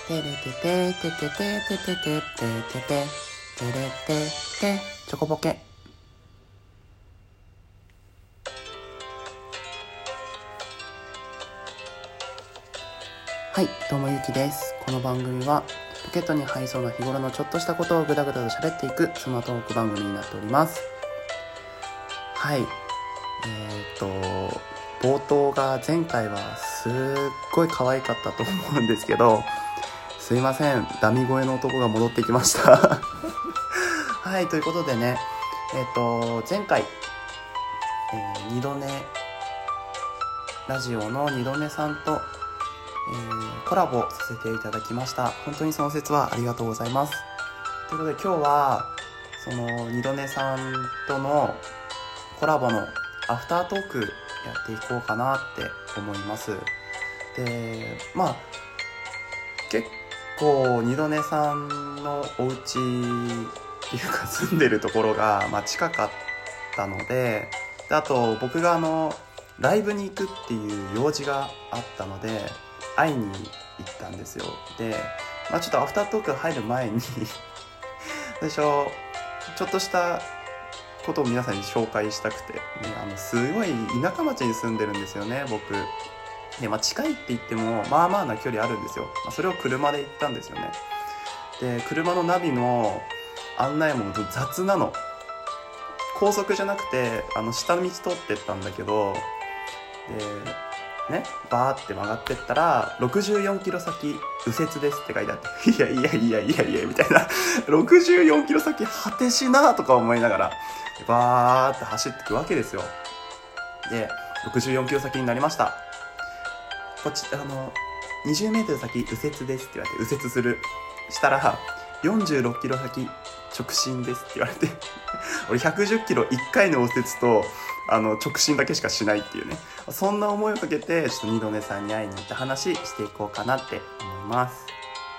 てれててててててててててててれててチョコポケ。はい、どうもゆきです。この番組はポケットに入りそうな日頃のちょっとしたことをぐだぐだと喋っていくそのトーク番組になっております。はい、冒頭が前回はすっごい可愛かったと思うんですけど、すいません、ダミ声の男が戻ってきましたはい、ということでね、前回、二度寝ラジオの二度寝さんと、コラボさせていただきました。本当にその説はありがとうございます。ということで今日はその二度寝さんとのコラボのアフタートークやっていこうかなって思います。で、結構二度寝さんのお家っていうか住んでるところが、近かったので、あと僕がライブに行くっていう用事があったので会いに行ったんですよ。で、ちょっとアフタートーク入る前に最初ちょっとしたことを皆さんに紹介したくて、ね、すごい田舎町に住んでるんですよね、僕で。近いって言ってもまあまあな距離あるんですよ。それを車で行ったんですよね。で、車のナビの案内も雑なの。高速じゃなくて下道通ってったんだけど、でね、バーって曲がってったら64キロ先右折ですって書いてあって、いやみたいな64キロ先果てしなとか思いながらバーって走ってくわけですよ。で、64キロ先になりました。こっち20メートル先右折ですって言われて右折する。したら46キロ先直進ですって言われて俺110キロ1回の右折と直進だけしかしないっていうね、そんな思いをかけてちょっと二度寝さんに会いに行った話していこうかなって思います。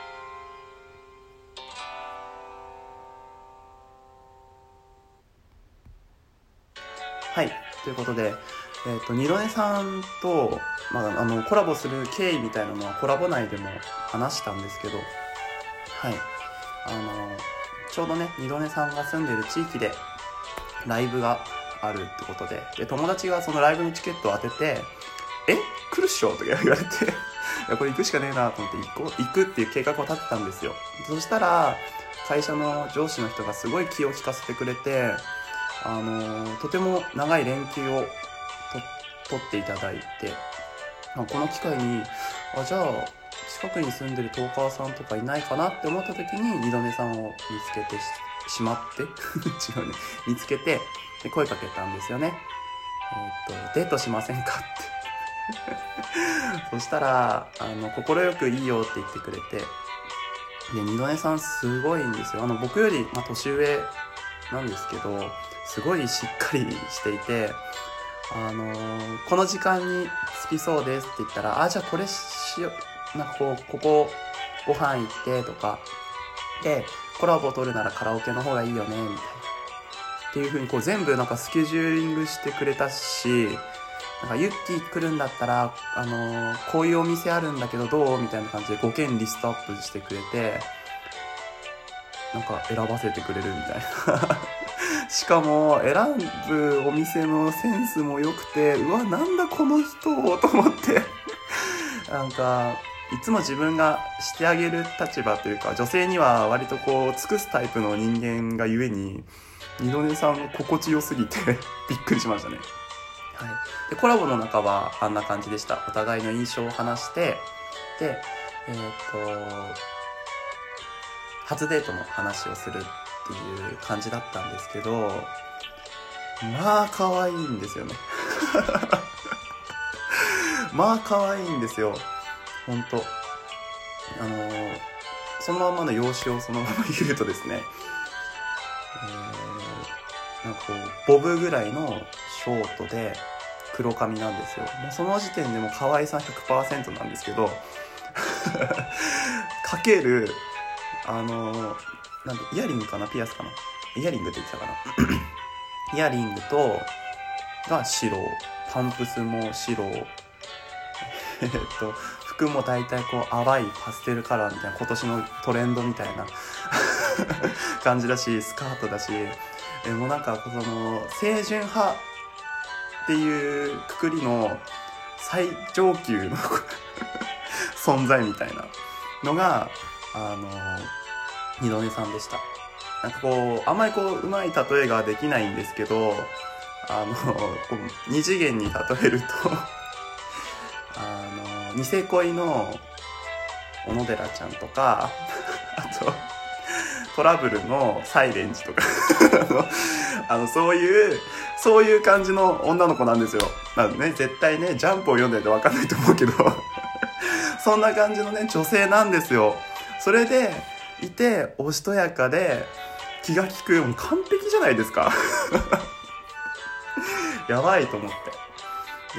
はい、ということで、二度寝さんと、コラボする経緯みたいなのはコラボ内でも話したんですけど、はい、ちょうどね、二度寝さんが住んでる地域でライブがあるってことで、友達がそのライブのチケットを当てて、来るっしょとか言われていや、これ行くしかねえなと思って行くっていう計画を立てたんですよ。そしたら会社の上司の人がすごい気を利かせてくれて、とても長い連休を取っていただいて、この機会にじゃあ近くに住んでるトーカーさんとかいないかなって思った時に二度寝さんを見つけてしまって違うね、見つけてで声かけたんですよね。デートしませんかってそしたら快くいいよって言ってくれて、で二度寝さんすごいんですよ。僕より、年上なんですけど、すごいしっかりしていて、この時間に着きそうですって言ったら、じゃあこれしよう、ここご飯行ってとかで、コラボ取るならカラオケの方がいいよねみたいなっていう風に全部スケジューリングしてくれたし、ユッキー来るんだったらこういうお店あるんだけどどうみたいな感じで5軒リストアップしてくれて、選ばせてくれるみたいなしかも選ぶお店のセンスも良くて、うわ、なんだこの人と思っていつも自分がしてあげる立場というか、女性には割と尽くすタイプの人間がゆえに、二度寝さん心地よすぎてびっくりしましたね。はい、でコラボの中はあんな感じでした。お互いの印象を話して、で初デートの話をするっていう感じだったんですけど、可愛いんですよね可愛いんですよ、本当。そのままの容姿をそのまま言うとですね、ボブぐらいのショートで黒髪なんですよ。もうその時点でも可愛さ 100% なんですけどかけるイヤリングかな、ピアスかな、イヤリングって言ってたかなイヤリングが白、パンプスも白、 服も大体こう淡いパステルカラーみたいな、今年のトレンドみたいな感じだし、スカートだし、もうなんかその清純派っていうくくりの最上級の存在みたいなのが二度寝さんでした。なんかこうあんまりこう上手い例えができないんですけど、こう二次元に例えるとニセ恋の小野寺ちゃんとかあとトラブルのサイレンジとかそういう感じの女の子なんですよ。なんでね、絶対ねジャンプを読んでると分かんないと思うけどそんな感じのね女性なんですよ。それでいておしとやかで気が利く、もう完璧じゃないですかやばいと思って。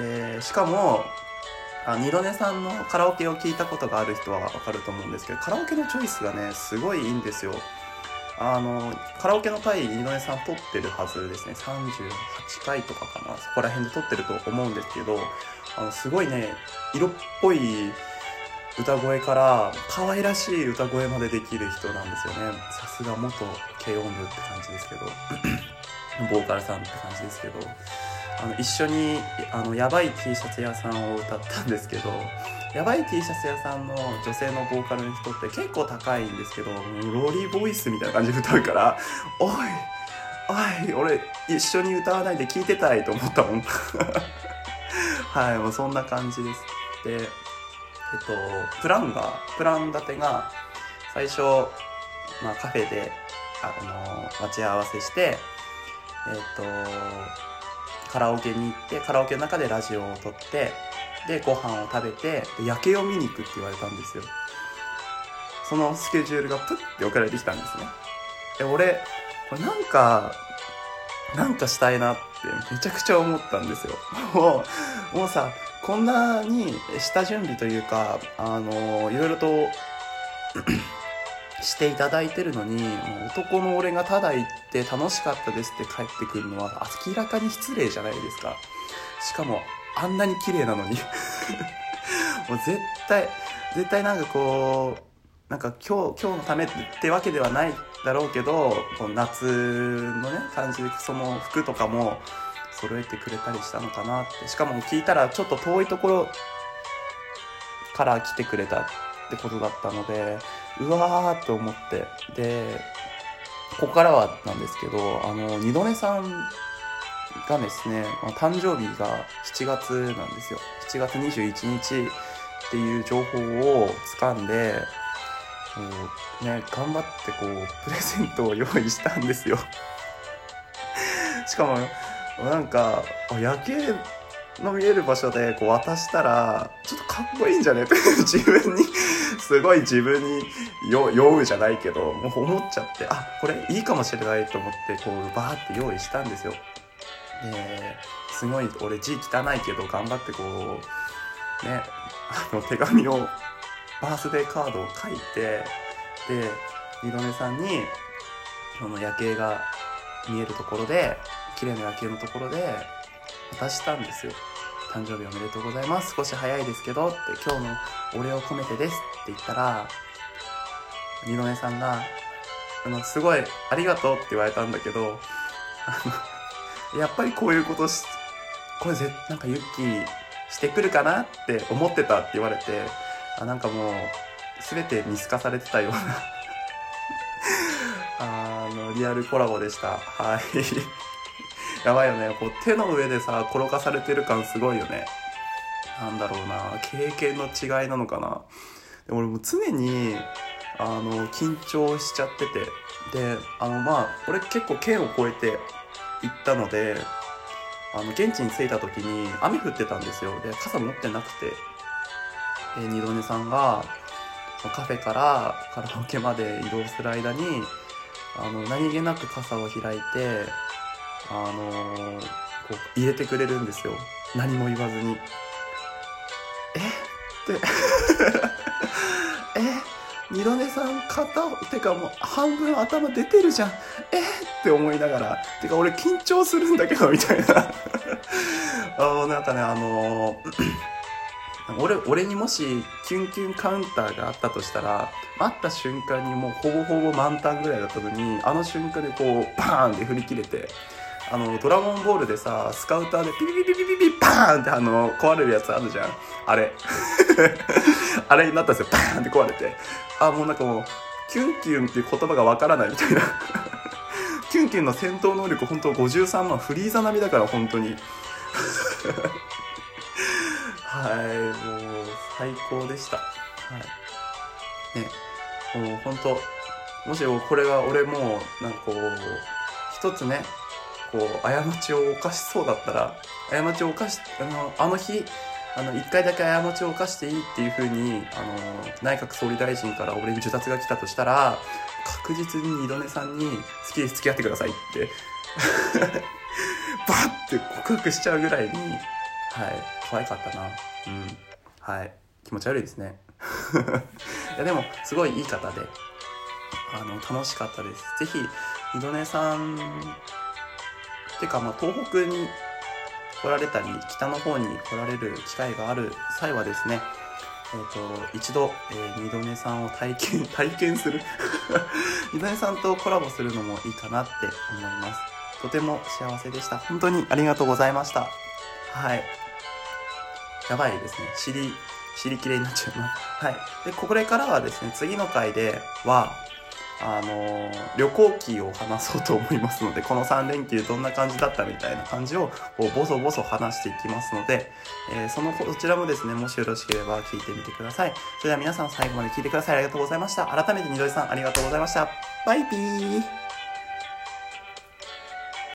でしかも二度寝さんのカラオケを聞いたことがある人はわかると思うんですけど、カラオケのチョイスがねすごいいいんですよ。カラオケの回二度寝さん撮ってるはずですね。38回とかかな、そこら辺で撮ってると思うんですけど、すごいね色っぽい歌声から可愛らしい歌声までできる人なんですよね。さすが元軽音部って感じですけどボーカルさんって感じですけど、一緒にやばい T シャツ屋さんを歌ったんですけど、やばい T シャツ屋さんの女性のボーカルの人って結構高いんですけど、ロリボイスみたいな感じで歌うから、おい俺一緒に歌わないで聞いてたいと思ったもんはい、もうそんな感じです。でプラン立てが最初、カフェで待ち合わせして、カラオケに行って、カラオケの中でラジオを撮って、でご飯を食べて、で夜景を見に行くって言われたんですよ。そのスケジュールがプッて送られてきたんですね。俺これなんかしたいなってめちゃくちゃ思ったんですよ。もうさ、こんなに下準備というかいろいろとしていただいてるのに、もう男の俺がただ行って楽しかったですって帰ってくるのは明らかに失礼じゃないですか。しかもあんなに綺麗なのにもう絶対なんかこう、なんか今日のためってわけではないだろうけど、この夏のね感じでその服とかも揃えてくれたりしたのかなって。しかも聞いたらちょっと遠いところから来てくれたってことだったので、うわーと思って、でここからはなんですけど、二度寝さんがですね、誕生日が7月なんですよ。7月21日っていう情報を掴んで、ね、頑張ってこうプレゼントを用意したんですよしかもなんか夜景の見える場所でこう渡したらちょっとかっこいいんじゃねって自分に酔うじゃないけど、もう思っちゃって、これいいかもしれないと思ってこうバーって用意したんですよ。ですごい俺字汚いけど頑張ってこうね手紙をバースデーカードを書いて、で二度寝さんにその夜景が見えるところで、綺麗な夜景のところで渡したんですよ。誕生日おめでとうございます、少し早いですけどって、今日のお礼を込めてですって言ったら、二度寝さんがすごいありがとうって言われたんだけど、やっぱりこういうことこれなんかユッキーしてくるかなって思ってたって言われて、なんかもう全て見透かされてたようなリアルコラボでした。はいやばいよね、こう手の上でさ転がされてる感すごいよね。なんだろうな、経験の違いなのかな。で俺も常に緊張しちゃってて、で俺結構県を越えて行ったので、現地に着いた時に雨降ってたんですよ。で傘持ってなくて、で二度寝さんがカフェからカラオケまで移動する間に何気なく傘を開いてこう入れてくれるんですよ。何も言わずに。って二度寝さんてかもう半分頭出てるじゃんって思いながら、てか俺緊張するんだけどみたいななんかね俺にもしキュンキュンカウンターがあったとしたら、会った瞬間にもうほぼほぼ満タンぐらいだったのに、あの瞬間でこうバーンって振り切れて、ドラゴンボールでさ、スカウターでピピピピピピピバーンって壊れるやつあるじゃん、あれあれになったんですよ。バーンって壊れて、もうなんかもうキュンキュンっていう言葉がわからないみたいなキュンキュンの戦闘能力本当53万フリーザ並みだから本当にはい、もう最高でした。はいね、もう本当、もしこれが俺もなんかこう一つね、こう過ちを犯しそうだったら、過ちを犯しあの日一回だけ過ちを犯していいっていう風に内閣総理大臣から俺に受諾が来たとしたら、確実に二度寝さんに好きで付き合ってくださいってバッて告白しちゃうぐらいに、はい、可愛かったな。はい、気持ち悪いですねいやでもすごいいい方で楽しかったです。ぜひ二度寝さんっていうか、東北に来られたり北の方に来られる機会がある際はですね、一度、二度寝さんを体験する二度寝さんとコラボするのもいいかなって思います。とても幸せでした。本当にありがとうございました。はい、やばいですね、尻切れになっちゃうな。はい。でこれからはですね、次の回では旅行記を話そうと思いますので、この3連休どんな感じだったみたいな感じをボソボソ話していきますので、そちらもですね、もしよろしければ聞いてみてください。それでは皆さん最後まで聞いてください。ありがとうございました。改めて二度寝さんありがとうございました。バイビー。